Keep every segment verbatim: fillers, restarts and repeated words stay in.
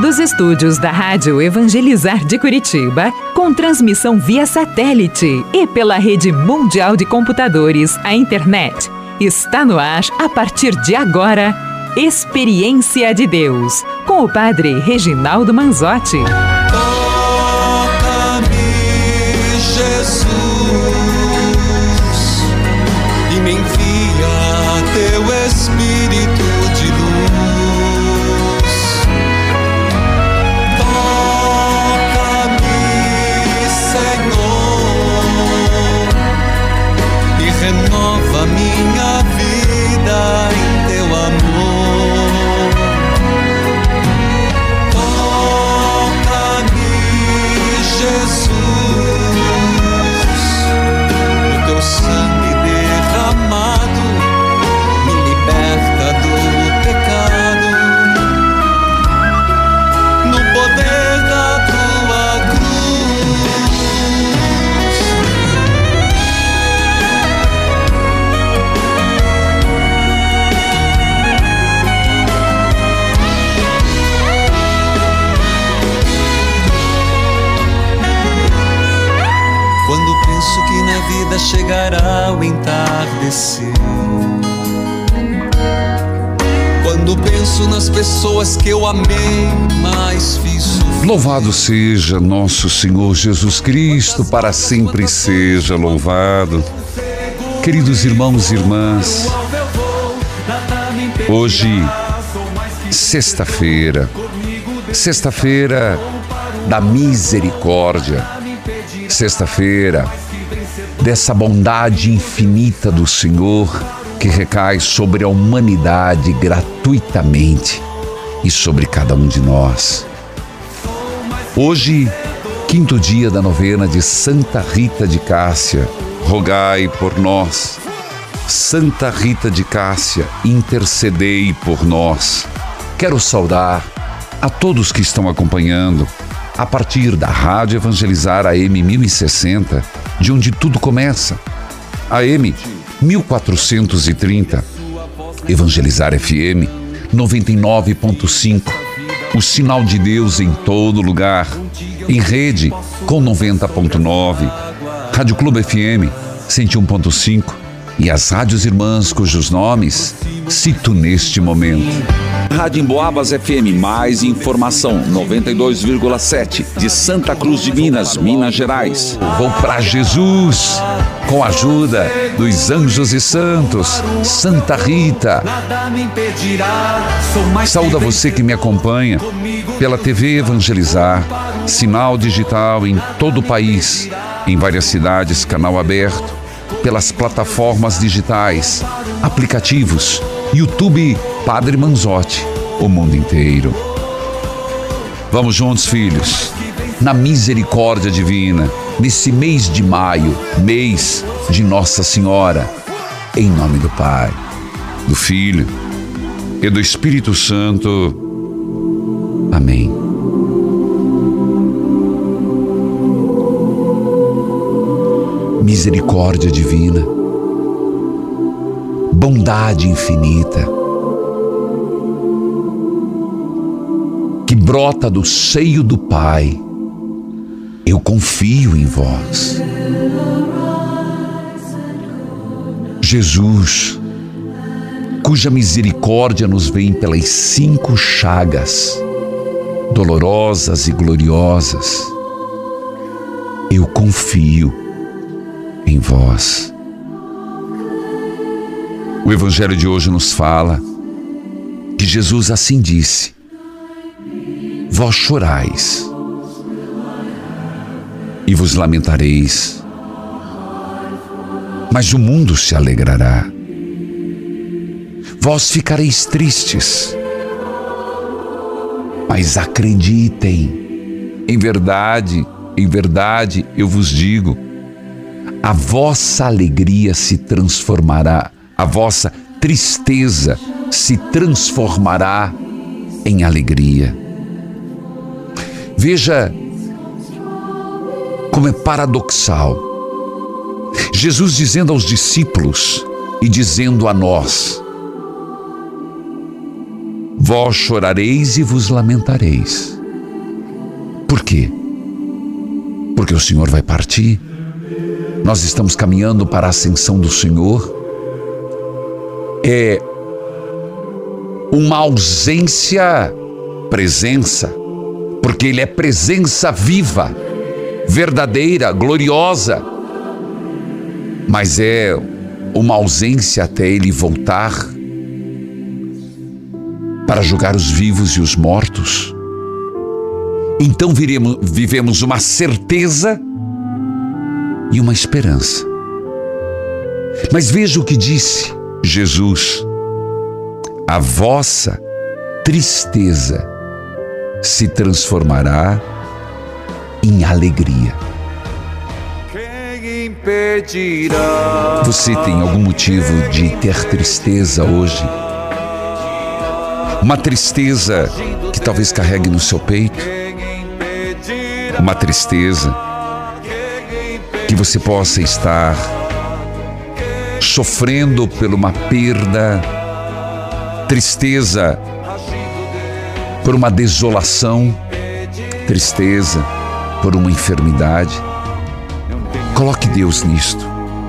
dos estúdios da Rádio Evangelizar de Curitiba, com transmissão via satélite e pela rede mundial de computadores, a internet. Está no ar, a partir de agora, Experiência de Deus, com o Padre Reginaldo Manzotti. Toca-me, Jesus, e me envia teu Espírito de luz. Toca-me, Senhor, e renova minha vida em teu amor. Toca-me, Jesus, o teu sangue derramado me liberta do pecado, no poder da tua cruz. Quando penso que na vida chegará o entardecer, quando penso nas pessoas que eu amei, mas fiz sofrer. Louvado seja nosso Senhor Jesus Cristo, para sempre seja louvado. Queridos irmãos e irmãs, hoje, sexta-feira, sexta-feira da misericórdia, sexta-feira dessa bondade infinita do Senhor que recai sobre a humanidade gratuitamente e sobre cada um de nós. Hoje, quinto dia da novena de Santa Rita de Cássia, rogai por nós. Santa Rita de Cássia, intercedei por nós. Quero saudar a todos que estão acompanhando a partir da Rádio Evangelizar A M mil e sessenta, de onde tudo começa. A M mil quatrocentos e trinta, Evangelizar F M noventa e nove ponto cinco, o sinal de Deus em todo lugar, em rede com noventa ponto nove, Rádio Clube F M cento e um ponto cinco e as rádios irmãs cujos nomes cito neste momento. Rádio Emboabas F M, mais informação, noventa e dois vírgula sete, de Santa Cruz de Minas, Minas Gerais. Vou para Jesus, com a ajuda dos anjos e santos, Santa Rita. Saúde a você que me acompanha pela T V Evangelizar, sinal digital em todo o país, em várias cidades, canal aberto, pelas plataformas digitais, aplicativos, YouTube Padre Manzotti, o mundo inteiro. Vamos juntos, filhos, na misericórdia divina, nesse mês de maio, mês de Nossa Senhora, em nome do Pai, do Filho e do Espírito Santo. Amém. Misericórdia divina, bondade infinita, que brota do seio do Pai, eu confio em vós. Jesus, cuja misericórdia nos vem pelas cinco chagas, dolorosas e gloriosas, eu confio em vós. O Evangelho de hoje nos fala que Jesus assim disse: vós chorais e vos lamentareis, mas o mundo se alegrará. Vós ficareis tristes, mas acreditem, em verdade, em verdade eu vos digo, a vossa alegria se transformará, a vossa tristeza se transformará em alegria. Veja como é paradoxal. Jesus dizendo aos discípulos e dizendo a nós: vós chorareis e vos lamentareis, Por quê? Porque o Senhor vai partir. Nós estamos caminhando para a ascensão do Senhor. É uma ausência, presença, porque Ele é presença viva, verdadeira, gloriosa, mas é uma ausência até Ele voltar para julgar os vivos e os mortos. Então viremos, vivemos uma certeza e uma esperança. Mas veja o que disse Jesus: a vossa tristeza se transformará em alegria. Quem impedirá? Você tem algum motivo de ter tristeza hoje? Uma tristeza que talvez carregue no seu peito? Uma tristeza que você possa estar sofrendo por uma perda, tristeza por uma desolação, tristeza por uma enfermidade. Coloque Deus nisto.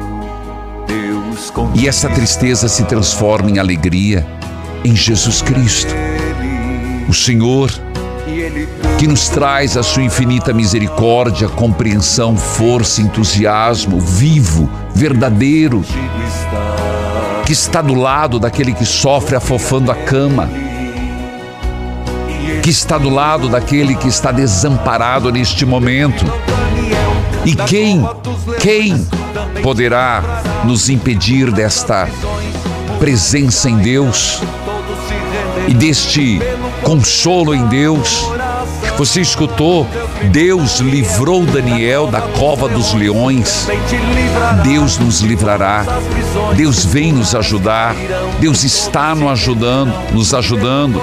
E essa tristeza se transforma em alegria em Jesus Cristo, o Senhor, que nos traz a sua infinita misericórdia, compreensão, força, entusiasmo, vivo, verdadeiro, que está do lado daquele que sofre afofando a cama, que está do lado daquele que está desamparado neste momento. E quem, quem poderá nos impedir desta presença em Deus e deste consolo em Deus? Você escutou? Deus livrou Daniel da cova dos leões. Deus nos livrará. Deus vem nos ajudar. Deus está nos ajudando, nos ajudando.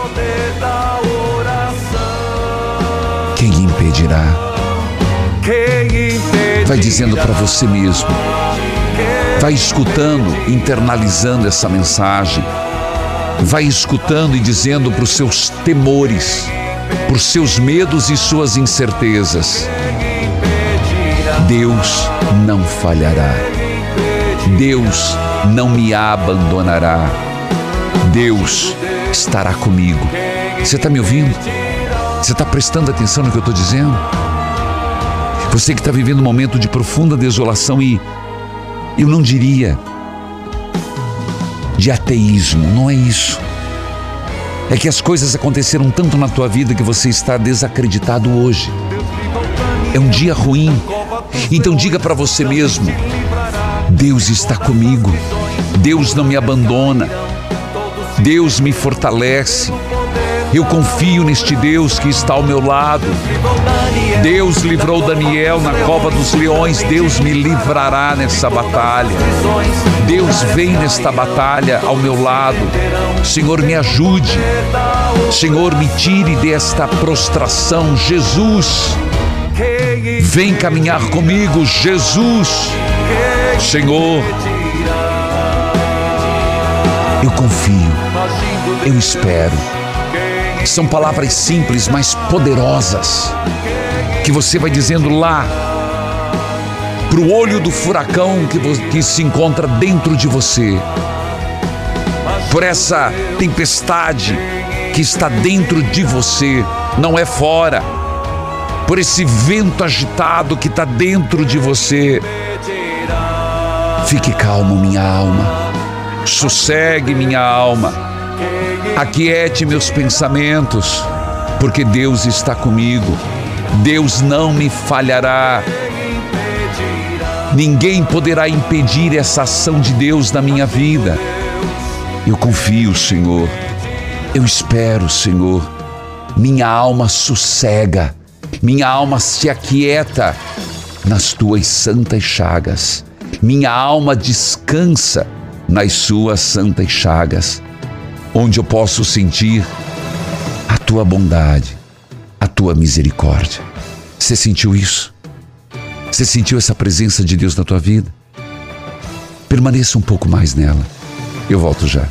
Quem impedirá? Vai dizendo para você mesmo. Vai escutando, internalizando essa mensagem. Vai escutando e dizendo para os seus temores, por seus medos e suas incertezas: Deus não falhará. Deus não me abandonará. Deus estará comigo. Você está me ouvindo? Você está prestando atenção no que eu estou dizendo? Você que está vivendo um momento de profunda desolação e eu não diria de ateísmo, não é isso. É que as coisas aconteceram tanto na tua vida que você está desacreditado hoje. É um dia ruim. Então diga para você mesmo: Deus está comigo. Deus não me abandona. Deus me fortalece. Eu confio neste Deus que está ao meu lado. Deus livrou Daniel na cova dos leões. Deus me livrará nessa batalha. Deus vem nesta batalha ao meu lado. Senhor, me ajude. Senhor, me tire desta prostração. Jesus, vem caminhar comigo. Jesus, Senhor, eu confio, eu espero. São palavras simples, mas poderosas, que você vai dizendo lá para o olho do furacão que, que se encontra dentro de você, por essa tempestade que está dentro de você, não é fora, por esse vento agitado que está dentro de você. Fique calmo, minha alma, sossegue, minha alma. Aquiete meus pensamentos, porque Deus está comigo. Deus não me falhará. Ninguém poderá impedir essa ação de Deus na minha vida. Eu confio, Senhor. Eu espero, Senhor. Minha alma sossega. Minha alma se aquieta nas tuas santas chagas. Minha alma descansa nas suas santas chagas, onde eu posso sentir a tua bondade, a tua misericórdia. Você sentiu isso? Você sentiu essa presença de Deus na tua vida? Permaneça um pouco mais nela. Eu volto já.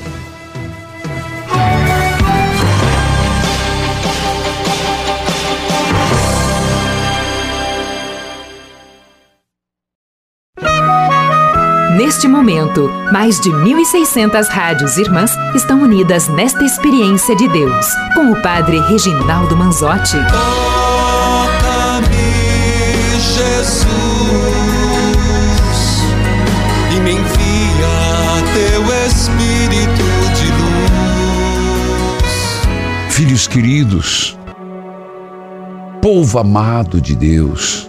Neste momento, mais de mil e seiscentas rádios irmãs estão unidas nesta experiência de Deus, com o Padre Reginaldo Manzotti. Toca-me, Jesus, e me envia teu Espírito de luz. Filhos queridos, povo amado de Deus,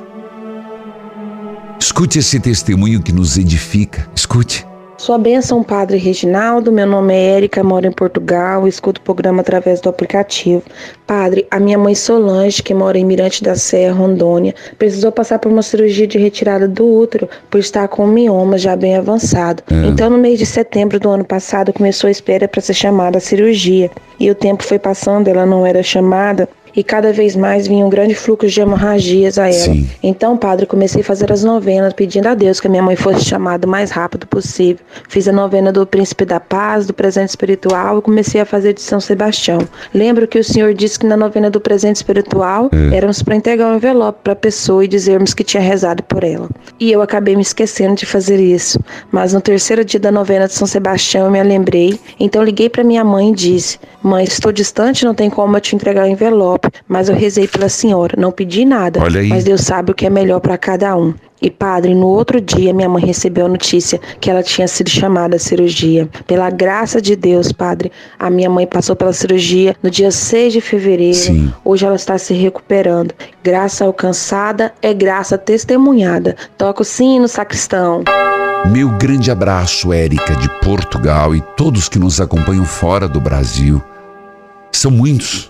escute esse testemunho que nos edifica. Escute. Sua bênção, Padre Reginaldo. Meu nome é Érica, moro em Portugal, escuto o programa através do aplicativo. Padre, a minha mãe Solange, que mora em Mirante da Serra, Rondônia, precisou passar por uma cirurgia de retirada do útero por estar com um mioma já bem avançado. É. Então, no mês de setembro do ano passado, começou a espera para ser chamada a cirurgia. E o tempo foi passando, ela não era chamada. E cada vez mais vinha um grande fluxo de hemorragias a ela. Sim. Então, padre, comecei a fazer as novenas, pedindo a Deus que a minha mãe fosse chamada o mais rápido possível. Fiz a novena do Príncipe da Paz, do Presente Espiritual, e comecei a fazer de São Sebastião. Lembro que o senhor disse que na novena do Presente Espiritual, é. éramos para entregar um envelope para a pessoa e dizermos que tinha rezado por ela. E eu acabei me esquecendo de fazer isso. Mas no terceiro dia da novena de São Sebastião, eu me lembrei. Então, liguei para minha mãe e disse: mãe, estou distante, não tem como eu te entregar o envelope. Mas eu rezei pela senhora, não pedi nada, mas Deus sabe o que é melhor para cada um. E padre, no outro dia minha mãe recebeu a notícia que ela tinha sido chamada à cirurgia. Pela graça de Deus, padre, a minha mãe passou pela cirurgia no dia seis de fevereiro. Sim. Hoje ela está se recuperando. Graça alcançada é graça testemunhada. Toca o sino, sacristão. Meu grande abraço, Érica, de Portugal, e todos que nos acompanham fora do Brasil. São muitos.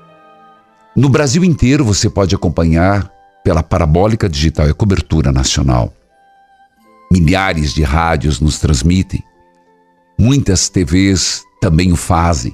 No Brasil inteiro você pode acompanhar pela Parabólica Digital, é cobertura nacional. Milhares de rádios nos transmitem. Muitas T Vs também o fazem.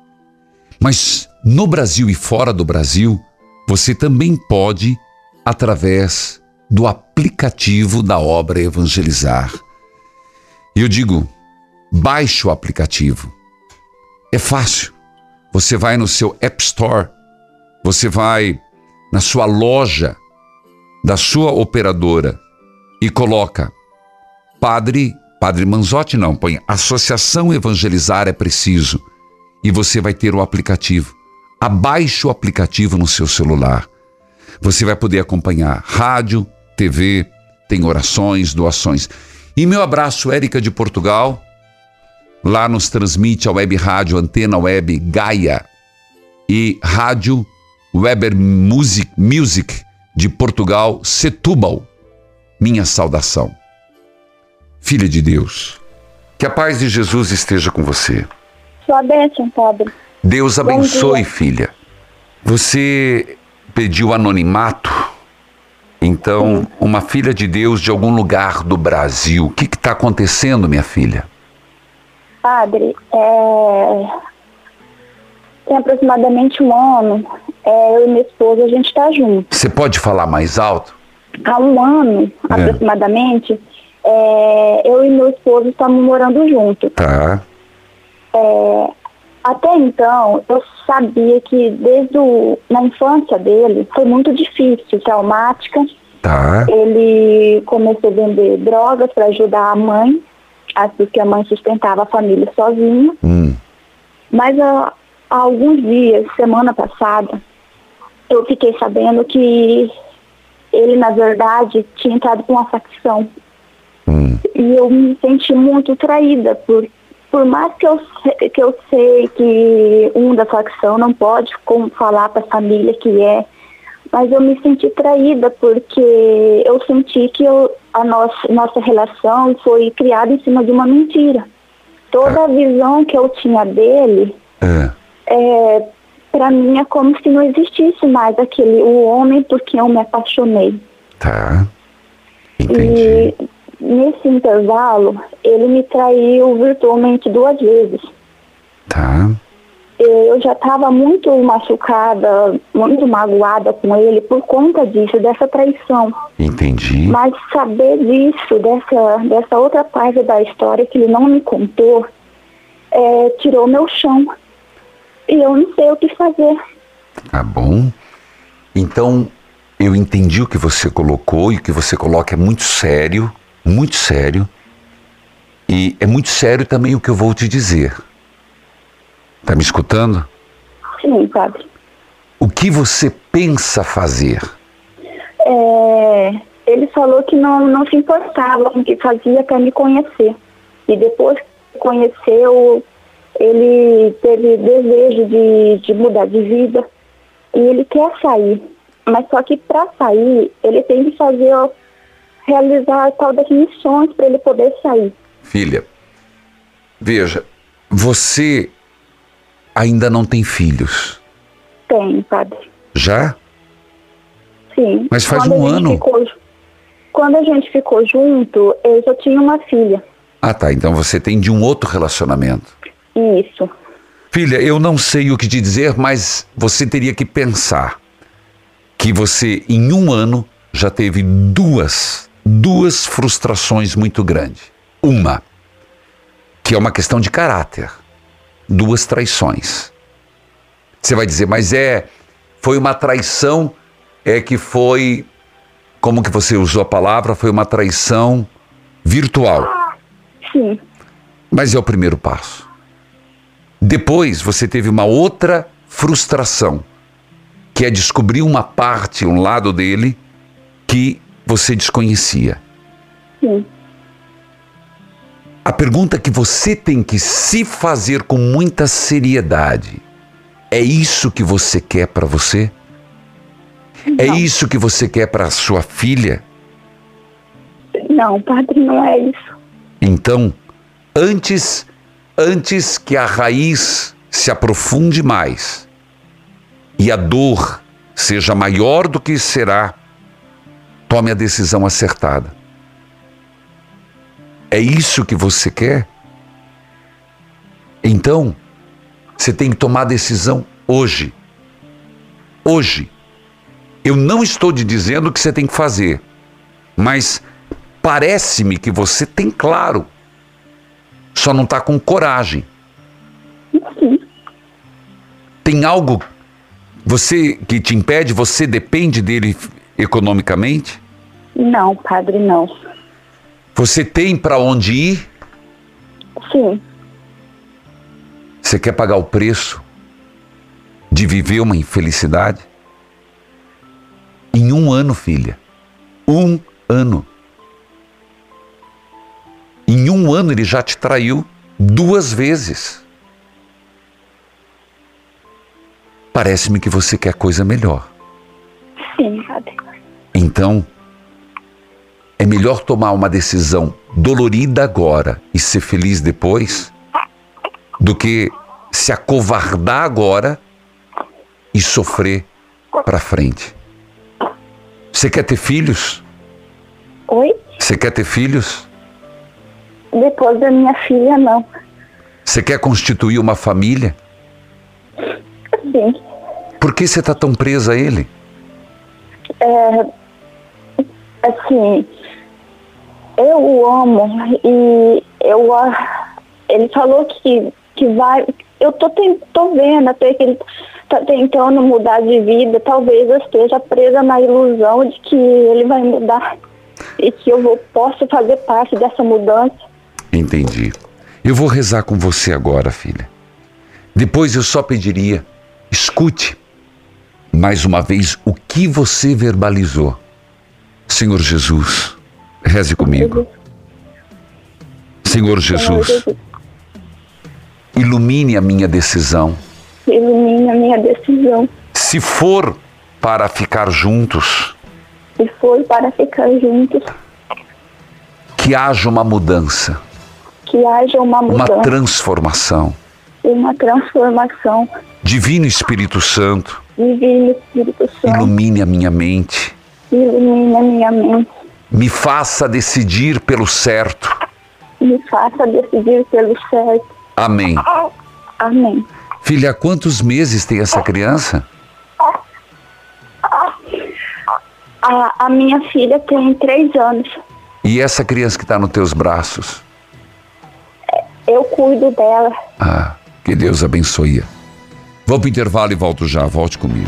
Mas no Brasil e fora do Brasil, você também pode, através do aplicativo da Obra Evangelizar. E eu digo, baixe o aplicativo. É fácil. Você vai no seu App Store, você vai na sua loja da sua operadora e coloca Padre, Padre Manzotti não, põe Associação Evangelizar é Preciso, e você vai ter o aplicativo. Abaixe o aplicativo no seu celular. Você vai poder acompanhar rádio, T V, tem orações, doações. E meu abraço, Érica de Portugal. Lá nos transmite a web rádio Antena Web Gaia e rádio Weber Music, Music de Portugal, Setúbal. Minha saudação. Filha de Deus, que a paz de Jesus esteja com você. Sua bênção, Padre. Deus abençoe, filha. Você pediu anonimato, então, Sim. uma filha de Deus de algum lugar do Brasil. O que está acontecendo, minha filha? Padre, é... tem aproximadamente um ano, é, eu e minha esposa, a gente está junto. Você pode falar mais alto? Há um ano, é. aproximadamente, é, eu e meu esposo estamos morando juntos. Tá. É, até então, eu sabia que desde o, na infância dele foi muito difícil, traumática. Tá. Ele começou a vender drogas para ajudar a mãe, assim que a mãe sustentava a família sozinha. Hum. Mas há, há alguns dias, semana passada, eu fiquei sabendo que ele, na verdade, tinha entrado com uma facção. Hum. E eu me senti muito traída, por, por mais que eu, que eu sei que um da facção não pode como falar para a família que é, mas eu me senti traída porque eu senti que eu, a nossa, nossa relação foi criada em cima de uma mentira. Toda a visão que eu tinha dele, é. É, para mim é como se não existisse mais aquele, o homem por quem eu me apaixonei. Tá, entendi. E nesse intervalo, ele me traiu virtualmente duas vezes. Tá. Eu já estava muito machucada, muito magoada com ele por conta disso, dessa traição. Entendi. Mas saber disso, dessa, dessa outra parte da história que ele não me contou, é, tirou meu chão. E eu não sei o que fazer. Tá bom. Então, eu entendi o que você colocou, e o que você coloca é muito sério, muito sério. E é muito sério também o que eu vou te dizer. Tá me escutando? Sim, padre. O que você pensa fazer? É, ele falou que não, não se importava com o que fazia para me conhecer. E depois que conheceu, ele teve desejo de, de mudar de vida. E ele quer sair. Mas só que para sair, ele tem que fazer, realizar tal das missões para ele poder sair. Filha, veja, você ainda não tem filhos. Tem, padre. Já? Sim. Mas faz Quando um a gente ano. Ficou, quando a gente ficou junto, eu já tinha uma filha. Ah, tá. Então você tem de um outro relacionamento. Isso. Filha, eu não sei o que te dizer, mas você teria que pensar que você, em um ano, já teve duas, duas frustrações muito grandes. Uma, que é uma questão de caráter. Duas traições. Você vai dizer, mas é, foi uma traição, é que foi, como que você usou a palavra, foi uma traição virtual. Sim. Mas é o primeiro passo. Depois você teve uma outra frustração, que é descobrir uma parte, um lado dele, que você desconhecia. Sim. A pergunta que você tem que se fazer com muita seriedade, é isso que você quer para você? Não. É isso que você quer para sua filha? Não, padre, não é isso. Então, antes, antes que a raiz se aprofunde mais e a dor seja maior do que será, tome a decisão acertada. É isso que você quer? Então, você tem que tomar a decisão hoje. Hoje. Eu não estou te dizendo o que você tem que fazer, mas parece-me que você tem claro. Só não está com coragem. Sim. Tem algo você que te impede? Você depende dele economicamente? Não, padre, não. Você tem para onde ir? Sim. Você quer pagar o preço de viver uma infelicidade? Em um ano, filha. Um ano. Em um ano ele já te traiu duas vezes. Parece-me que você quer coisa melhor. Sim, padre. Então, é melhor tomar uma decisão dolorida agora e ser feliz depois, do que se acovardar agora e sofrer para frente. Você quer ter filhos? Oi? Você quer ter filhos? Depois da minha filha, não. Você quer constituir uma família? Sim. Por que você está tão presa a ele? É, assim, eu o amo e eu, ah, ele falou que, que vai, eu tô, tem, tô vendo até que ele tá tentando mudar de vida, talvez eu esteja presa na ilusão de que ele vai mudar e que eu vou, posso fazer parte dessa mudança. Entendi. Eu vou rezar com você agora, filha. Depois eu só pediria, escute mais uma vez o que você verbalizou. Senhor Jesus, reze comigo. Senhor Jesus, ilumine a minha decisão. Ilumine a minha decisão. Se for para ficar juntos, Se for para ficar juntos, que haja uma mudança, que haja uma uma mudança, transformação. uma transformação. Divino Espírito Santo, Divino Espírito Santo, ilumine a minha mente, ilumine a minha mente, me faça decidir pelo certo. me faça decidir pelo certo. Amém. Amém. Filha, há quantos meses tem essa criança? A, a minha filha tem três anos. E essa criança que está nos teus braços? Eu cuido dela. Ah, que Deus abençoe. Vou para o intervalo e volto já. Volte comigo.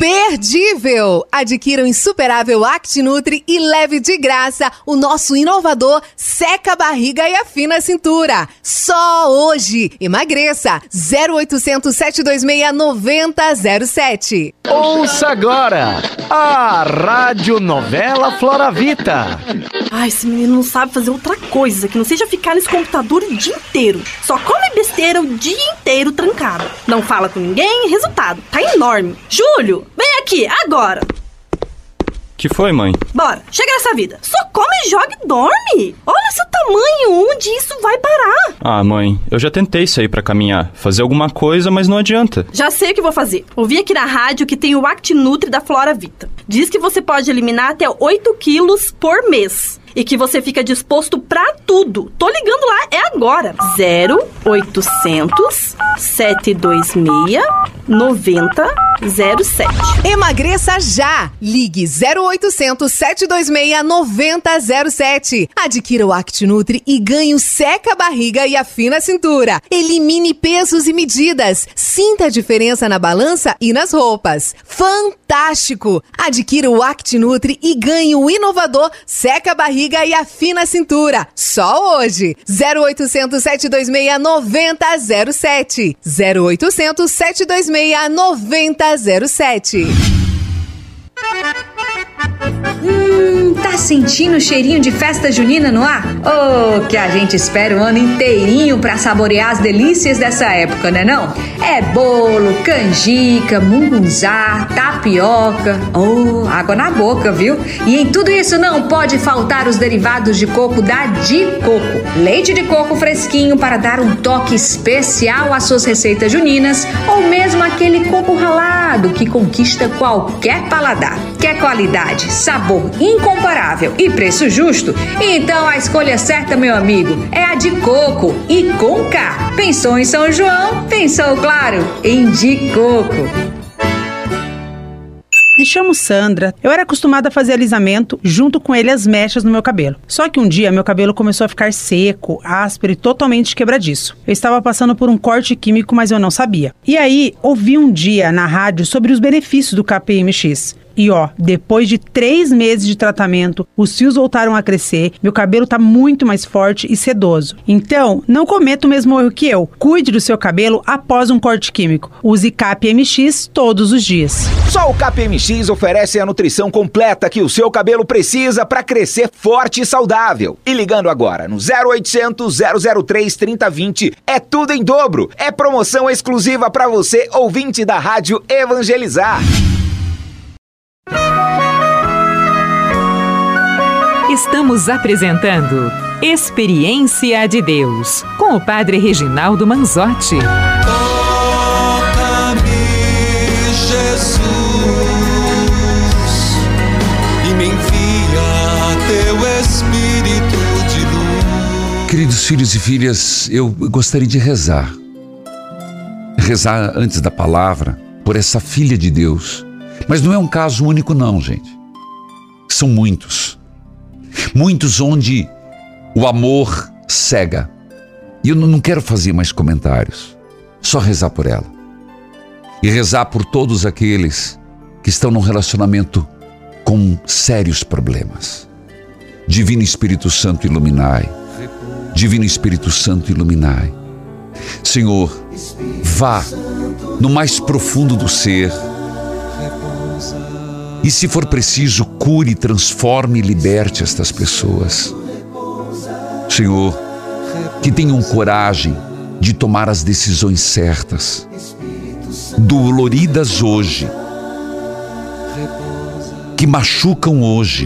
imperdível! Adquira o insuperável ActiNutri e leve de graça o nosso inovador Seca a Barriga e Afina a Cintura. Só hoje! Emagreça! zero oitocentos, sete dois seis, nove zero zero sete. Ouça agora a Radionovela Floravita. Ai, esse menino não sabe fazer outra coisa que não seja ficar nesse computador o dia inteiro. Só come besteira o dia inteiro trancado. Não fala com ninguém, resultado, tá enorme. Júlio, vem aqui, agora. Que foi, mãe? Bora, chega nessa vida. Só come, joga e dorme. Olha seu tamanho, onde isso vai parar? Ah, mãe, eu já tentei sair pra caminhar, fazer alguma coisa, mas não adianta. Já sei o que vou fazer. Ouvi aqui na rádio que tem o ActiNutri da Floravita. Diz que você pode eliminar até oito quilos por mês. E que você fica disposto pra tudo. Tô ligando lá, é agora. zero oitocentos, sete dois seis, nove zero zero sete. Emagreça já! Ligue zero oitocentos, sete dois seis, nove zero zero sete. Adquira o ActiNutri e ganhe o Seca a Barriga e Afina a Cintura. Elimine pesos e medidas. Sinta a diferença na balança e nas roupas. Fantástico! Adquira o ActiNutri e ganhe o inovador Seca a Barriga e Afina a Cintura. Só hoje. zero oitocentos, sete dois seis, nove zero zero sete. zero oitocentos, sete dois seis, nove zero zero sete. Hum, tá sentindo o cheirinho de festa junina no ar? Oh, que a gente espera o ano inteirinho pra saborear as delícias dessa época, né não? É bolo, canjica, mungunzá, tapioca. Oh, água na boca, viu? E em tudo isso não pode faltar os derivados de coco da De Coco. Leite de coco fresquinho para dar um toque especial às suas receitas juninas, ou mesmo aquele coco ralado que conquista qualquer paladar. Quer qualidade, sabor incomparável e preço justo? Então a escolha certa, meu amigo, é a De Coco e com K. Pensou em São João? Pensou, claro, em De Coco. Me chamo Sandra. Eu era acostumada a fazer alisamento junto com ele as mechas no meu cabelo. Só que um dia meu cabelo começou a ficar seco, áspero e totalmente quebradiço. Eu estava passando por um corte químico, mas eu não sabia. E aí, ouvi um dia na rádio sobre os benefícios do K P M X. E ó, depois de três meses de tratamento, os fios voltaram a crescer, meu cabelo tá muito mais forte e sedoso. Então, não cometa o mesmo erro que eu. Cuide do seu cabelo após um corte químico. Use K P M X todos os dias. Só o K P M X oferece a nutrição completa que o seu cabelo precisa para crescer forte e saudável. E ligando agora no zero oitocentos, zero zero três, trinta vinte, é tudo em dobro. É promoção exclusiva para você, ouvinte da Rádio Evangelizar. Estamos apresentando Experiência de Deus, com o Padre Reginaldo Manzotti. Toca-me, Jesus, e me envia teu Espírito de luz. Queridos filhos e filhas, eu gostaria de rezar. Rezar antes da palavra por essa filha de Deus. Mas não é um caso único não, gente. São muitos. Muitos onde o amor cega. E eu não quero fazer mais comentários. Só rezar por ela. E rezar por todos aqueles que estão num relacionamento com sérios problemas. Divino Espírito Santo, iluminai. Divino Espírito Santo, iluminai. Senhor, vá no mais profundo do ser. E se for preciso, cure, transforme e liberte estas pessoas. Senhor, que tenham coragem de tomar as decisões certas, doloridas hoje, que machucam hoje,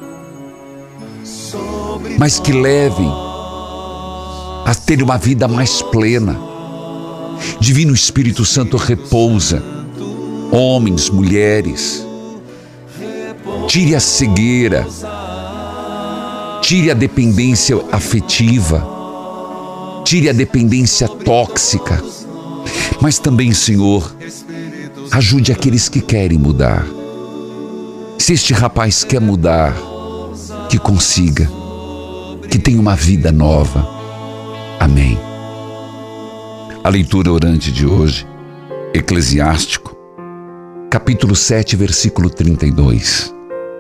mas que levem a ter uma vida mais plena. Divino Espírito Santo, repousa, homens, mulheres. Tire a cegueira, tire a dependência afetiva, tire a dependência tóxica, mas também, Senhor, ajude aqueles que querem mudar. Se este rapaz quer mudar, que consiga, que tenha uma vida nova. Amém. A leitura orante de hoje, Eclesiástico, capítulo sete, versículo trinta e dois.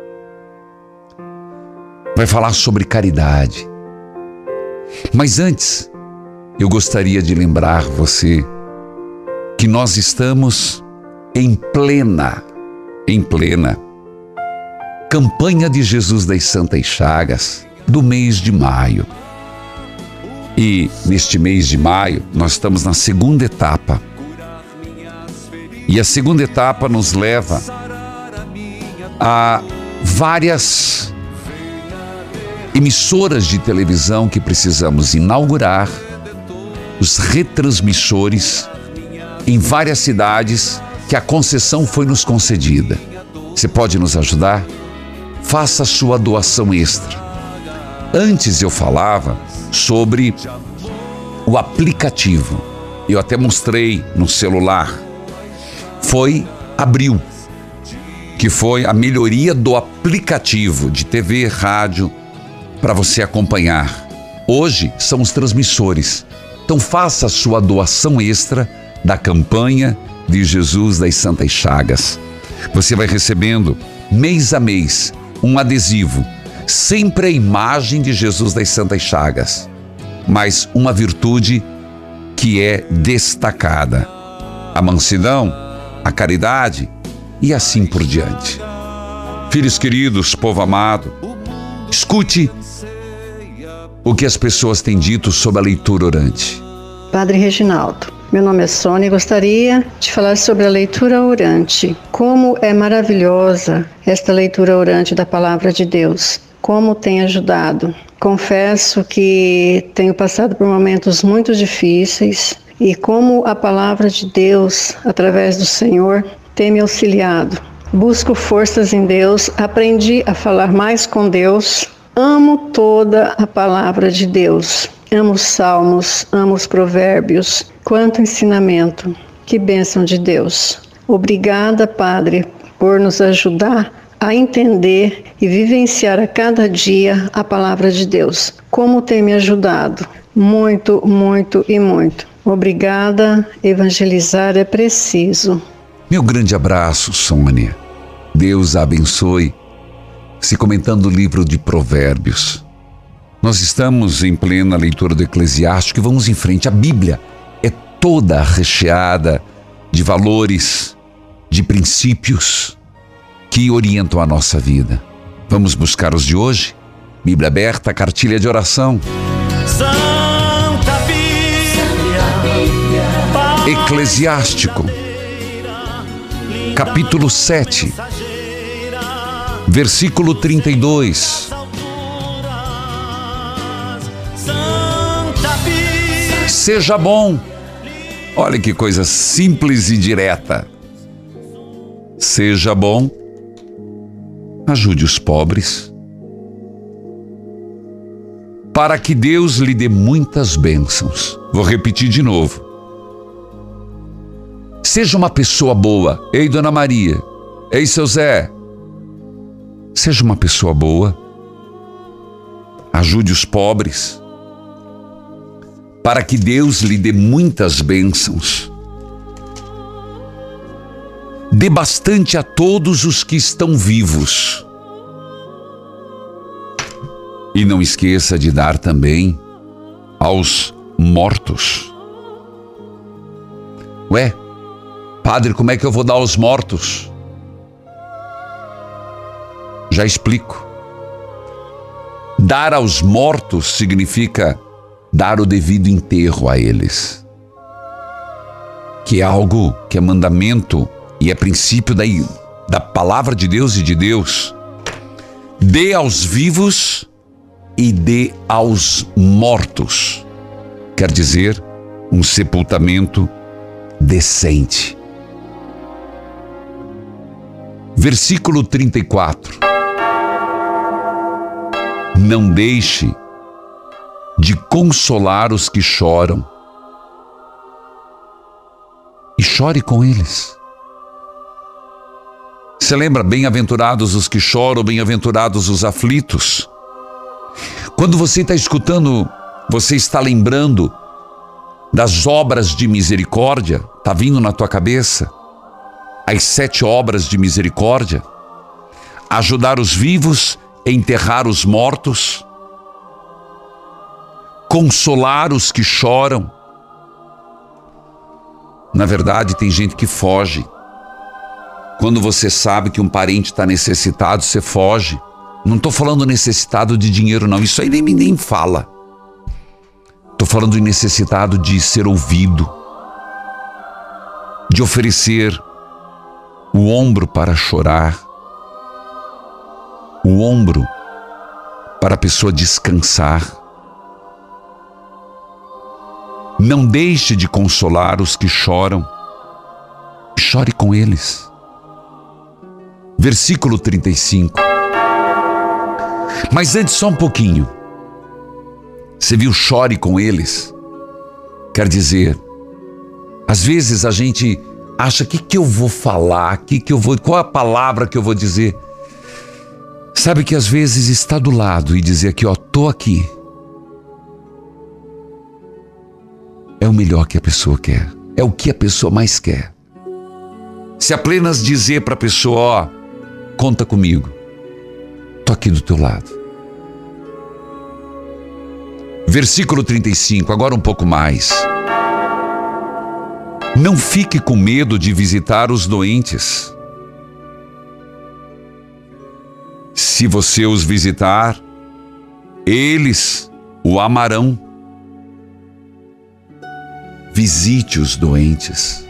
Vai falar sobre caridade. Mas antes, eu gostaria de lembrar você que nós estamos em plena, em plena campanha de Jesus das Santas Chagas do mês de maio. E neste mês de maio, nós estamos na segunda etapa. E a segunda etapa nos leva a várias emissoras de televisão que precisamos inaugurar, os retransmissores em várias cidades que a concessão foi nos concedida. Você pode nos ajudar? Faça sua doação extra. Antes eu falava sobre o aplicativo. Eu até mostrei no celular. Foi Abril, que foi a melhoria do aplicativo de T V, rádio, para você acompanhar. Hoje são os transmissores. Então faça a sua doação extra da campanha de Jesus das Santas Chagas. Você vai recebendo mês a mês um adesivo, sempre a imagem de Jesus das Santas Chagas, mas uma virtude que é destacada: a mansidão, a caridade e assim por diante. Filhos queridos, povo amado, escute o que as pessoas têm dito sobre a leitura orante. Padre Reginaldo, meu nome é Sônia e gostaria de falar sobre a leitura orante. Como é maravilhosa esta leitura orante da Palavra de Deus. Como tem ajudado. Confesso que tenho passado por momentos muito difíceis e como a Palavra de Deus, através do Senhor, tem me auxiliado. Busco forças em Deus, aprendi a falar mais com Deus. Amo toda a Palavra de Deus. Amo os salmos, amo os provérbios. Quanto ensinamento. Que bênção de Deus. Obrigada, Padre, por nos ajudar a entender e vivenciar a cada dia a Palavra de Deus. Como tem me ajudado. Muito, muito e muito. Obrigada. Evangelizar é preciso. Meu grande abraço, Sônia. Deus a abençoe. Se comentando o livro de Provérbios. Nós estamos em plena leitura do Eclesiástico e vamos em frente. A Bíblia é toda recheada de valores, de princípios que orientam a nossa vida. Vamos buscar os de hoje? Bíblia aberta, cartilha de oração. Santa Bíblia, Eclesiástico, capítulo sete, versículo trinta e dois. Seja bom. Olha que coisa simples e direta. Seja bom. Ajude os pobres, para que Deus lhe dê muitas bênçãos. Vou repetir de novo. Seja uma pessoa boa. Ei, Dona Maria. Ei, seu Zé. Seja uma pessoa boa. Ajude os pobres, para que Deus lhe dê muitas bênçãos. Dê bastante a todos os que estão vivos. E não esqueça de dar também aos mortos. Ué, padre, como é que eu vou dar aos mortos? Já explico. Dar aos mortos significa dar o devido enterro a eles, que é algo que é mandamento e é princípio da, da palavra de Deus e de Deus. Dê aos vivos e dê aos mortos. Quer dizer, um sepultamento decente. Versículo trinta e quatro. Não deixe de consolar os que choram e chore com eles. Você lembra? Bem-aventurados os que choram, bem-aventurados os aflitos. Quando você está escutando, você está lembrando das obras de misericórdia, está vindo na tua cabeça. as sete obras de misericórdia, ajudar os vivos, enterrar os mortos, consolar os que choram. Na verdade, tem gente que foge. Quando você sabe que um parente está necessitado, você foge. Não estou falando necessitado de dinheiro, não. Isso aí nem, nem fala. Estou falando de necessitado de ser ouvido, de oferecer o ombro para chorar, o ombro para a pessoa descansar. Não deixe de consolar os que choram. Chore com eles. Versículo trinta e cinco. Mas antes, só um pouquinho. Você viu chore com eles? Quer dizer, às vezes a gente acha, o que que eu vou falar? Que que eu vou, qual a palavra que eu vou dizer? Sabe que às vezes estar do lado e dizer aqui, ó, tô aqui, é o melhor que a pessoa quer. É o que a pessoa mais quer. Se apenas dizer para a pessoa, ó, conta comigo, tô aqui do teu lado. Versículo trinta e cinco, agora um pouco mais. Não fique com medo de visitar os doentes. Se você os visitar, eles o amarão. Visite os doentes.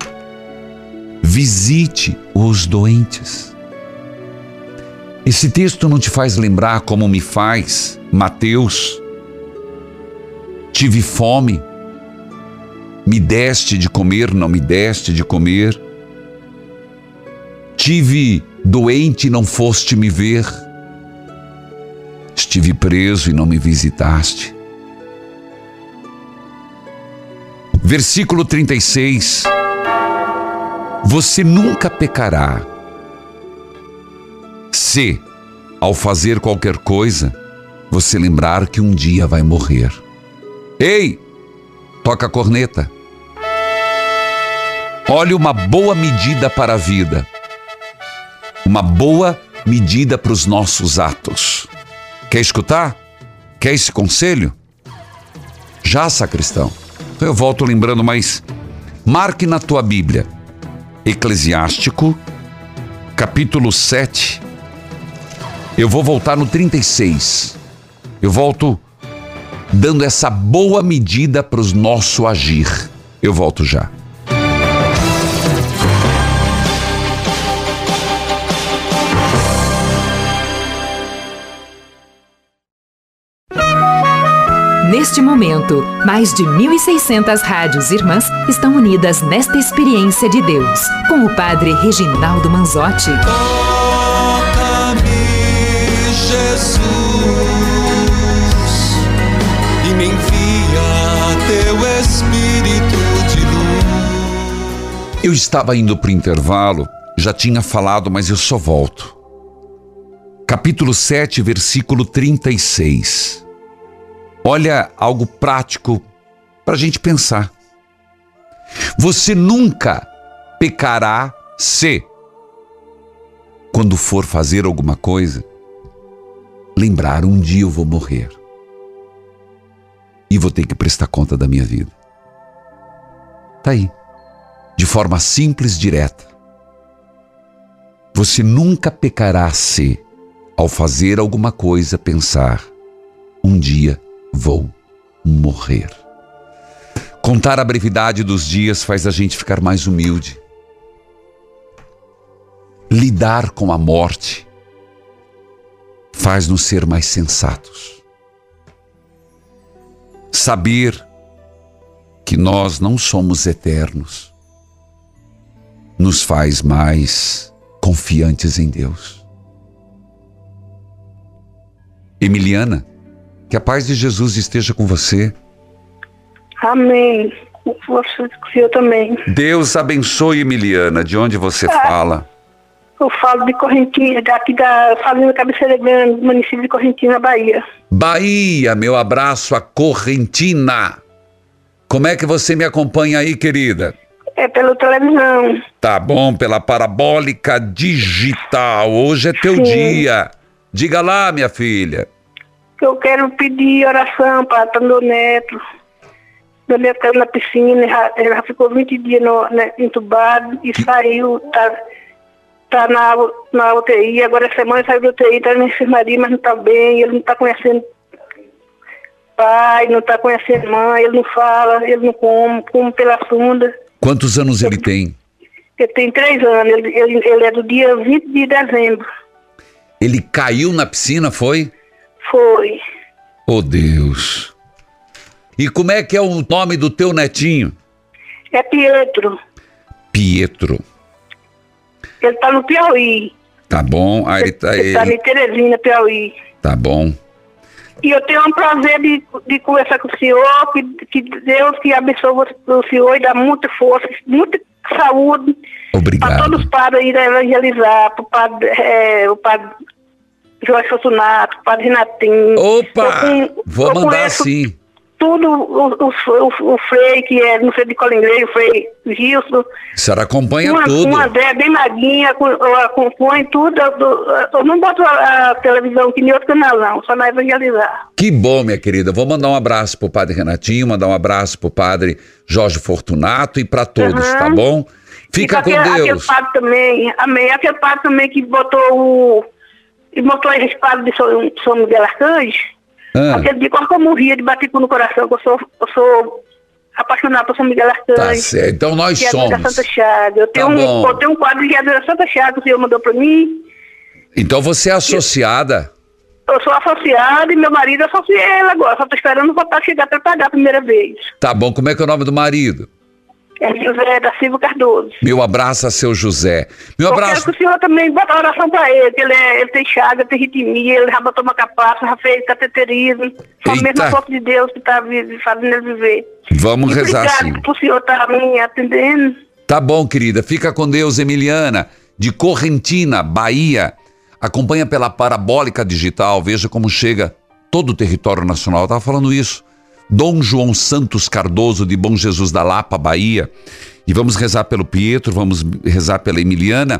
Visite os doentes. Esse texto não te faz lembrar como me faz Mateus? Tive fome, me deste de comer, não me deste de comer. Tive doente e não foste me ver. Estive preso e não me visitaste. Versículo trinta e seis. Você nunca pecará se, ao fazer qualquer coisa, você lembrar que um dia vai morrer. Ei, toca a corneta. Olha uma boa medida para a vida. Uma boa medida para os nossos atos. Quer escutar? Quer esse conselho? Já, sacristão. Então eu volto lembrando, mas marque na tua Bíblia. Eclesiástico, capítulo sete. Eu vou voltar no trinta e seis. Eu volto dando essa boa medida para o nosso agir. Eu volto já. Neste momento, mais de mil e seiscentas rádios irmãs estão unidas nesta experiência de Deus, com o Padre Reginaldo Manzotti. Toca-me, Jesus, e me envia teu Espírito de luz. Eu estava indo para o intervalo, já tinha falado, mas eu só volto. Capítulo sete, versículo trinta e seis. Olha algo prático para a gente pensar. Você nunca pecará se, quando for fazer alguma coisa, lembrar, um dia eu vou morrer e vou ter que prestar conta da minha vida. Tá aí, de forma simples, direta. Você nunca pecará se, ao fazer alguma coisa, pensar, um dia vou morrer. Contar a brevidade dos dias faz a gente ficar mais humilde. Lidar com a morte faz-nos ser mais sensatos. Saber que nós não somos eternos nos faz mais confiantes em Deus. Emiliana, que a paz de Jesus esteja com você. Amém. Com o Senhor também. Deus abençoe, Emiliana. De onde você ah, fala? Eu falo de Correntina, daqui da Fazenda Cabeceira Grande, município de Correntina, Bahia. Bahia, meu abraço a Correntina. Como é que você me acompanha aí, querida? É pela televisão. Tá bom, pela parabólica digital. Hoje é teu Sim. dia. Diga lá, minha filha. Eu quero pedir oração para meu neto. Meu neto caiu na piscina, já, ele já ficou vinte dias no, né, entubado e saiu, tá, tá na, na U T I, agora essa semana saiu da U T I, tá na enfermaria, mas não tá bem, ele não tá conhecendo pai, não tá conhecendo mãe, ele não fala, ele não come, come pela funda. Quantos anos ele tem? Ele tem três anos, ele, ele, ele é do dia vinte de dezembro. Ele caiu na piscina, foi? Foi. Oh, Deus. E como é que é o nome do teu netinho? É Pietro. Pietro. Ele tá no Piauí. Tá bom. Ah, ele tá, Ele tá ele... em Teresina, Piauí. Tá bom. E eu tenho um prazer de, de conversar com o senhor, que, que Deus que abençoe o senhor e dá muita força, muita saúde. Obrigado. Para todos os padres aí da evangelizar, para o padre, é, o padre Jorge Fortunato, o padre Renatinho. Opa! Eu, Vou eu mandar conheço sim. Tudo, o, o, o, o Frei, que é, não sei de qual inglês, o Frei Gilson. A senhora acompanha uma, tudo. Uma André bem maguinha, eu acompanho tudo. Eu, eu não boto a, a televisão aqui em outro canal, não, só na evangelizar. Que bom, minha querida. Vou mandar um abraço pro padre Renatinho, mandar um abraço pro padre Jorge Fortunato e para todos, uhum. Tá bom? Fica com aquele, Deus. Aquele padre também, amém. Aquele padre também que botou o... E botou a espada de São, São Miguel Arcanjo. Ah. Aquele dia, quando eu morria de bater no coração, que eu sou, eu sou apaixonado por São Miguel Arcanjo. Tá certo, então nós que somos. É da Santa Chaga. Eu tenho, tá um, eu tenho um quadro de é da Santa Chaga que o senhor mandou pra mim. Então você é associada? Eu, eu sou associada e meu marido associei ele agora. Só tô esperando voltar a chegar pra pagar a primeira vez. Tá bom, como é que é o nome do marido? É José da Silva Cardoso. Meu abraço a seu José. Meu eu abraço. Eu quero que o senhor também bota oração pra ele, que ele, é, ele tem chaga, tem ritmia, ele já botou uma capaça, já fez cateterismo. Só mesmo a força de Deus que tá fazendo ele viver. Vamos e rezar sim. Obrigado por senhor estar me atendendo. Tá bom, querida. Fica com Deus, Emiliana, de Correntina, Bahia. Acompanha pela parabólica digital, veja como chega todo o território nacional. Eu tava falando isso. Dom João Santos Cardoso, de Bom Jesus da Lapa, Bahia. E vamos rezar pelo Pietro, vamos rezar pela Emiliana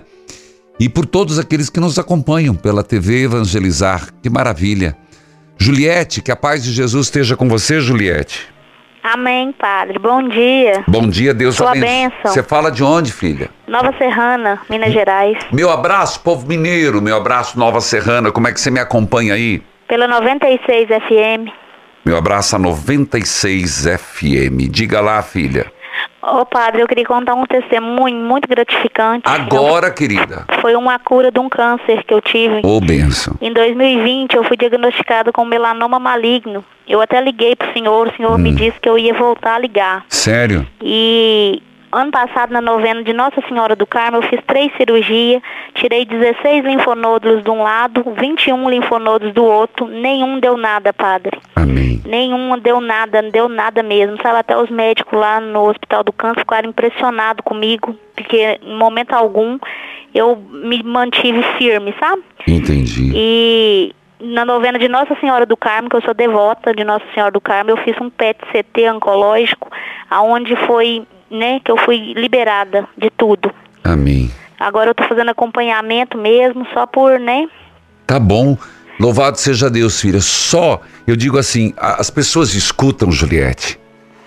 e por todos aqueles que nos acompanham pela T V Evangelizar. Que maravilha. Juliette, que a paz de Jesus esteja com você, Juliette. Amém, padre. Bom dia. Bom dia, Deus Sua abençoe. bênção. Você fala de onde, filha? Nova Serrana, Minas Gerais. Meu abraço, povo mineiro. Meu abraço, Nova Serrana. Como é que você me acompanha aí? Pela noventa e seis F M. Meu abraço a noventa e seis F M. Diga lá, filha. Ô, padre, eu queria contar um testemunho muito gratificante. Agora, querida. Foi uma cura de um câncer que eu tive. Ô, bênção. Em dois mil e vinte, eu fui diagnosticada com melanoma maligno. Eu até liguei pro senhor, o senhor hum. me disse que eu ia voltar a ligar. Sério? E... ano passado, na novena de Nossa Senhora do Carmo, eu fiz três cirurgias, tirei dezesseis linfonódulos de um lado, vinte e um linfonódulos do outro, nenhum deu nada, padre. Amém. Nenhum deu nada, não deu nada mesmo. Sabe, até os médicos lá no Hospital do Câncer ficaram impressionados comigo, porque em momento algum eu me mantive firme, sabe? Entendi. E... na novena de Nossa Senhora do Carmo, que eu sou devota de Nossa Senhora do Carmo, eu fiz um P E T C T oncológico, aonde foi... né, que eu fui liberada de tudo. Amém. Agora eu tô fazendo acompanhamento mesmo, só por, né? Tá bom. Louvado seja Deus, filha. Só, eu digo assim, as pessoas escutam, Juliette.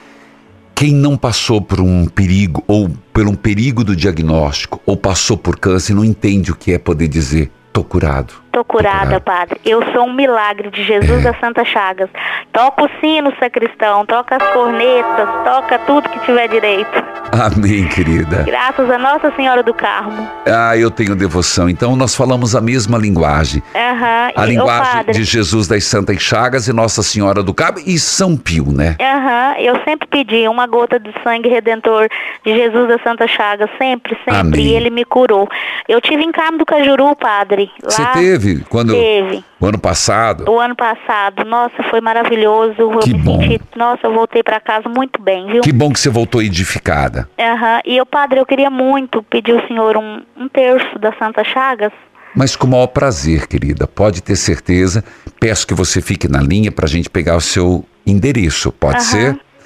Quem não passou por um perigo, ou por um perigo do diagnóstico, ou passou por câncer, não entende o que é poder dizer, tô curado. Tô curada, padre. Eu sou um milagre de Jesus é. da Santa Chagas. Toca o sino, sacristão, toca as cornetas, toca tudo que tiver direito. Amém, querida. Graças a Nossa Senhora do Carmo. Ah, eu tenho devoção. Então nós falamos a mesma linguagem. Aham. A e, linguagem padre, de Jesus das Santas Chagas e Nossa Senhora do Carmo e São Pio, né? Aham. Eu sempre pedi uma gota de sangue redentor de Jesus das Santas Chagas. Sempre, sempre. Amém. E ele me curou. Eu tive em Carmo do Cajuru, padre. Lá... Você teve? Quando... Teve. O ano passado? O ano passado. Nossa, foi maravilhoso. Eu que me bom. senti... Nossa, eu voltei pra casa muito bem, viu? Que bom que você voltou edificada. Aham. E eu, padre, eu queria muito pedir ao senhor um, um terço da Santa Chagas. Mas com o maior prazer, querida. Pode ter certeza. Peço que você fique na linha pra gente pegar o seu endereço. Pode Aham. ser?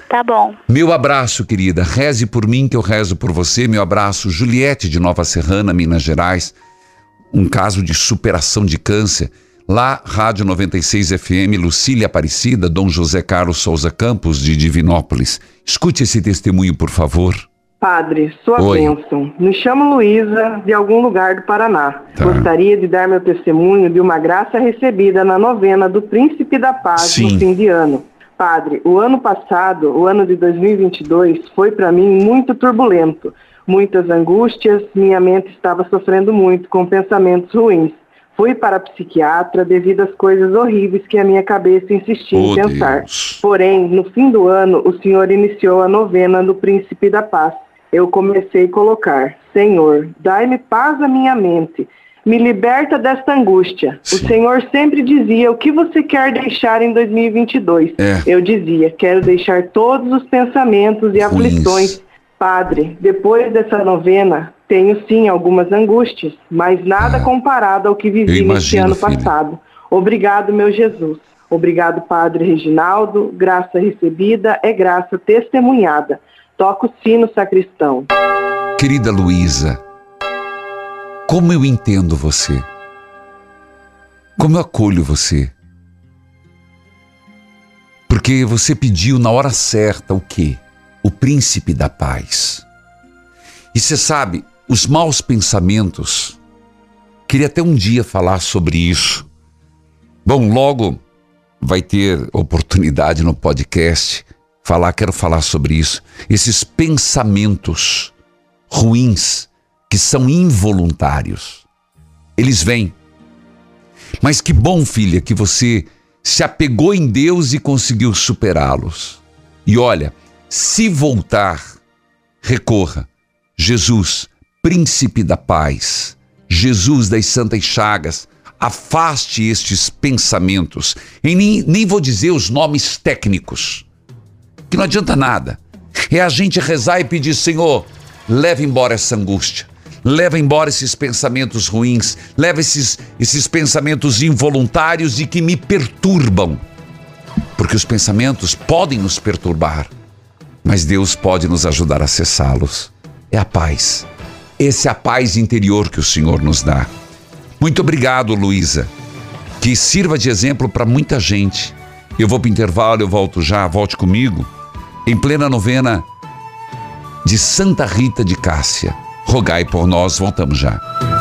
Tá bom. Meu abraço, querida. Reze por mim que eu rezo por você. Meu abraço, Juliette de Nova Serrana, Minas Gerais. Um caso de superação de câncer. Lá, Rádio noventa e seis F M, Lucília Aparecida, Dom José Carlos Souza Campos, de Divinópolis. Escute esse testemunho, por favor. Padre, sua Oi. bênção. Me chamo Luísa, de algum lugar do Paraná. Tá. Gostaria de dar meu testemunho de uma graça recebida na novena do Príncipe da Paz Sim. no fim de ano. Padre, o ano passado, o ano de dois mil e vinte e dois, foi para mim muito turbulento. Muitas angústias, minha mente estava sofrendo muito com pensamentos ruins. Fui para a psiquiatra devido às coisas horríveis que a minha cabeça insistia Oh, em pensar. Deus. Porém, no fim do ano, o Senhor iniciou a novena do Príncipe da Paz. Eu comecei a colocar: Senhor, dai-me paz à minha mente, me liberta desta angústia. Sim. O Senhor sempre dizia: o que você quer deixar em dois mil e vinte e dois? É. Eu dizia: quero deixar todos os pensamentos e Ruins. aflições. Padre, depois dessa novena, tenho sim algumas angústias, mas nada comparado ao que Eu vivi neste imagino, ano filha. passado. Obrigado, meu Jesus. Obrigado, Padre Reginaldo. Graça recebida é graça testemunhada. Toca o sino, sacristão. Querida Luísa, como eu entendo você? Como eu acolho você? Porque você pediu na hora certa o quê? O Príncipe da Paz. E você sabe, os maus pensamentos, queria até um dia falar sobre isso. Bom, logo vai ter oportunidade no podcast falar, quero falar sobre isso. Esses pensamentos ruins que são involuntários, eles vêm. Mas que bom, filha, que você se apegou em Deus e conseguiu superá-los. E olha, se voltar, recorra. Jesus, Príncipe da Paz, Jesus das Santas Chagas, afaste estes pensamentos. E nem, nem vou dizer os nomes técnicos, que não adianta nada. É a gente rezar e pedir: Senhor, leva embora essa angústia, leva embora esses pensamentos ruins, leva esses, esses pensamentos involuntários e que me perturbam. Porque os pensamentos podem nos perturbar, mas Deus pode nos ajudar a cessá-los. É a paz. Essa é a paz interior que o Senhor nos dá. Muito obrigado, Luísa. Que sirva de exemplo para muita gente. Eu vou para o intervalo, eu volto já, volte comigo. Em plena novena de Santa Rita de Cássia. Rogai por nós, voltamos já.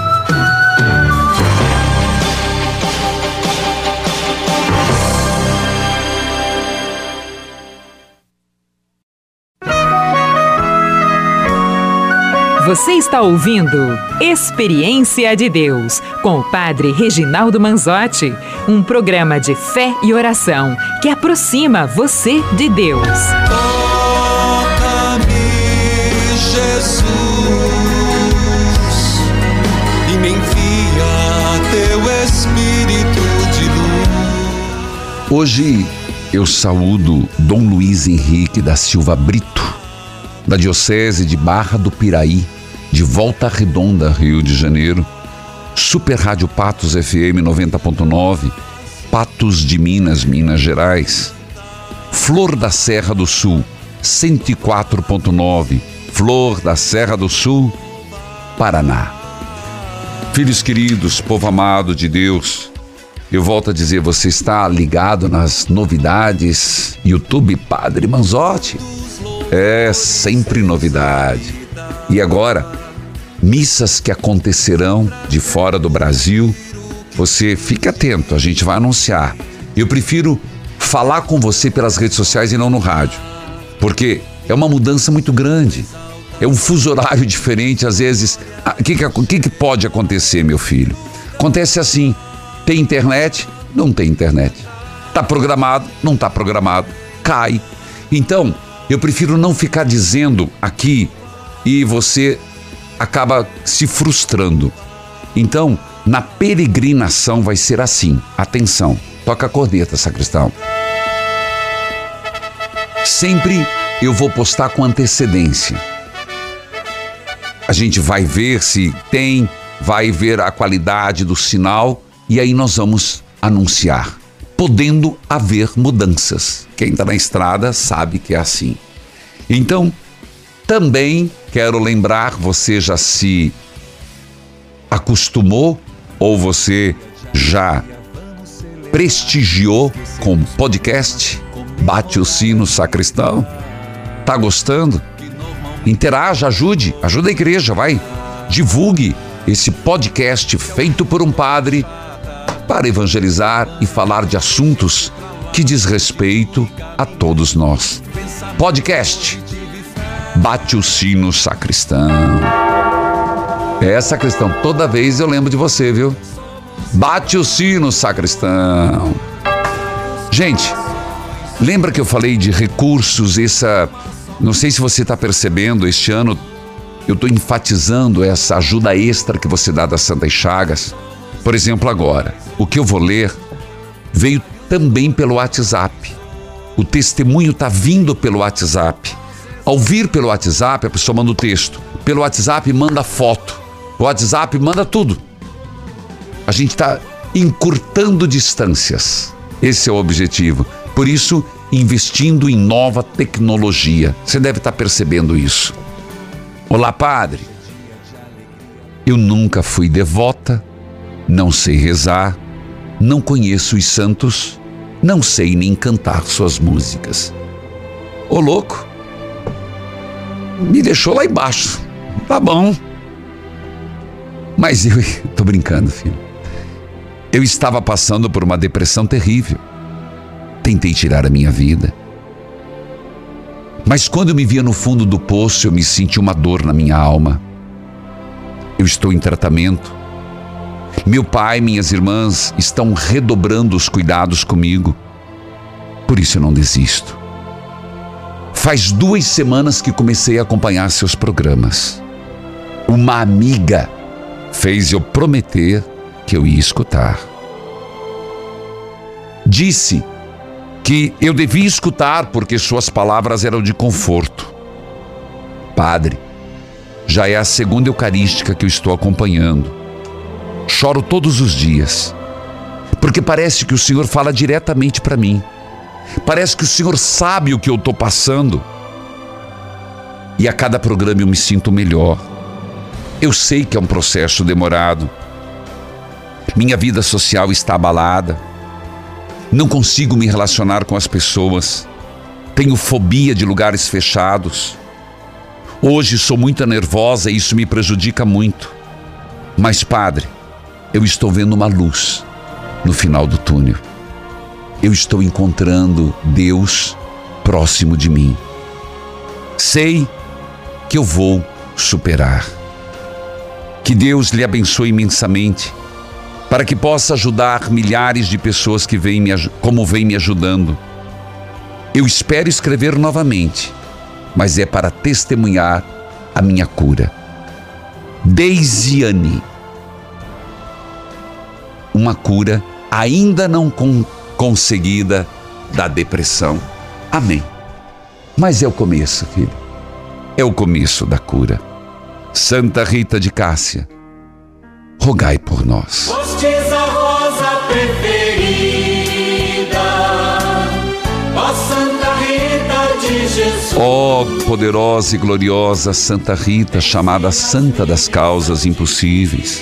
Você está ouvindo Experiência de Deus, com o Padre Reginaldo Manzotti, um programa de fé e oração que aproxima você de Deus. Toca-me, Jesus, e me envia teu Espírito de luz. Hoje eu saúdo Dom Luiz Henrique da Silva Brito, da Diocese de Barra do Piraí, de Volta Redonda, Rio de Janeiro. Super Rádio Patos F M noventa ponto nove, Patos de Minas, Minas Gerais. Flor da Serra do Sul, cento e quatro ponto nove, Flor da Serra do Sul, Paraná. Filhos queridos, povo amado de Deus, eu volto a dizer, você está ligado nas novidades YouTube Padre Manzotti? É sempre novidade. E agora, missas que acontecerão de fora do Brasil, você fique atento, a gente vai anunciar. Eu prefiro falar com você pelas redes sociais e não no rádio, porque é uma mudança muito grande, é um fuso horário diferente. Às vezes, o que, que, que pode acontecer, meu filho? Acontece assim, tem internet, não tem internet, tá programado, não tá programado, cai. Então, eu prefiro não ficar dizendo aqui e você acaba se frustrando. Então, na peregrinação vai ser assim. Atenção, toca a corneta, sacristão. Sempre eu vou postar com antecedência. A gente vai ver se tem, vai ver a qualidade do sinal e aí nós vamos anunciar. podendo haver mudanças. Quem está na estrada sabe que é assim. Então, também quero lembrar, você já se acostumou ou você já prestigiou com podcast? Bate o sino, sacristão. Tá gostando? Interaja, ajude, ajuda a igreja, vai. Divulgue esse podcast feito por um padre para evangelizar e falar de assuntos que diz respeito a todos nós. Podcast Bate o Sino, Sacristão. É, sacristão, toda vez eu lembro de você, viu? Bate o sino, sacristão. Gente, lembra que eu falei de recursos, essa... Não sei se você está percebendo, este ano eu estou enfatizando essa ajuda extra que você dá das Santas Chagas. Por exemplo, agora, o que eu vou ler veio também pelo WhatsApp. O testemunho está vindo pelo WhatsApp. Ao vir pelo WhatsApp, a pessoa manda o texto. Pelo WhatsApp, manda foto. O WhatsApp manda tudo. A gente está encurtando distâncias. Esse é o objetivo. Por isso, investindo em nova tecnologia. Você deve estar percebendo isso. Olá, padre. Eu nunca fui devota, não sei rezar, não conheço os santos, não sei nem cantar suas músicas. Ô louco, me deixou lá embaixo. Tá bom. Mas eu tô brincando, filho. Eu estava passando por uma depressão terrível. Tentei tirar a minha vida. Mas quando eu me via no fundo do poço, eu me senti uma dor na minha alma. Eu estou em tratamento. Meu pai e minhas irmãs estão redobrando os cuidados comigo. Por isso eu não desisto. Faz duas semanas que comecei a acompanhar seus programas. Uma amiga fez eu prometer que eu ia escutar. Disse que eu devia escutar porque suas palavras eram de conforto. Padre, já é a segunda eucarística que eu estou acompanhando. Choro todos os dias, porque parece que o Senhor fala diretamente para mim. Parece que o Senhor sabe o que eu estou passando. E a cada programa eu me sinto melhor. Eu sei que é um processo demorado. Minha vida social está abalada. Não consigo me relacionar com as pessoas. Tenho fobia de lugares fechados. Hoje sou muito nervosa e isso me prejudica muito. Mas, padre, eu estou vendo uma luz no final do túnel. Eu estou encontrando Deus próximo de mim. Sei que eu vou superar. Que Deus lhe abençoe imensamente, para que possa ajudar milhares de pessoas que vêm me, como vem me ajudando. Eu espero escrever novamente, mas é para testemunhar a minha cura. Deisiane. Uma cura ainda não con- conseguida da depressão. Amém. Mas é o começo, filho. É o começo da cura. Santa Rita de Cássia, rogai por nós. Fostes a rosa preferida, ó Santa Rita de Jesus. Ó poderosa e gloriosa Santa Rita, chamada Santa das Causas Impossíveis.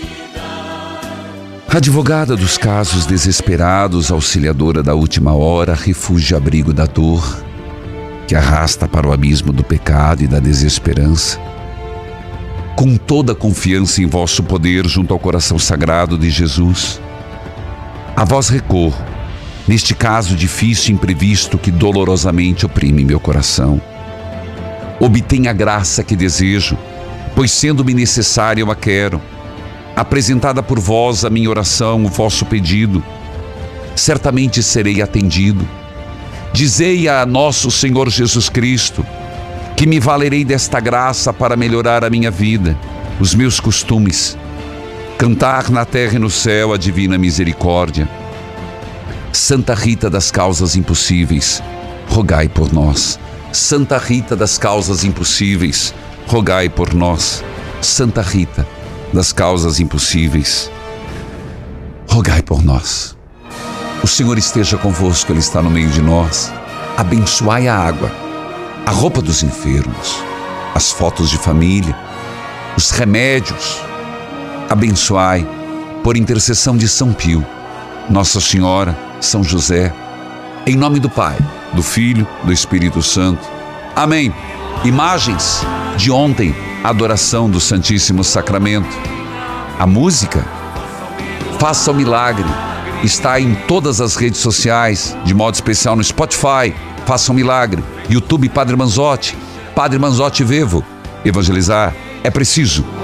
Advogada dos casos desesperados, auxiliadora da última hora, refúgio e abrigo da dor, que arrasta para o abismo do pecado e da desesperança. Com toda a confiança em vosso poder junto ao coração sagrado de Jesus, a vós recorro, neste caso difícil e imprevisto que dolorosamente oprime meu coração. Obtenha a graça que desejo, pois sendo-me necessária eu a quero. Apresentada por vós a minha oração, o vosso pedido, certamente serei atendido. Dizei a nosso Senhor Jesus Cristo que me valerei desta graça para melhorar a minha vida, os meus costumes, cantar na terra e no céu a divina misericórdia. Santa Rita das Causas Impossíveis, rogai por nós. Santa Rita das Causas Impossíveis, rogai por nós. Santa Rita das Causas Impossíveis, rogai por nós. O Senhor esteja convosco, Ele está no meio de nós. Abençoai a água, a roupa dos enfermos, as fotos de família, os remédios. Abençoai, por intercessão de São Pio, Nossa Senhora, São José, em nome do Pai, do Filho, do Espírito Santo. Amém. Imagens de ontem, adoração do Santíssimo Sacramento. A música, Faça o Milagre, está em todas as redes sociais, de modo especial no Spotify, Faça um Milagre, YouTube Padre Manzotti, Padre Manzotti Vivo. Evangelizar é preciso.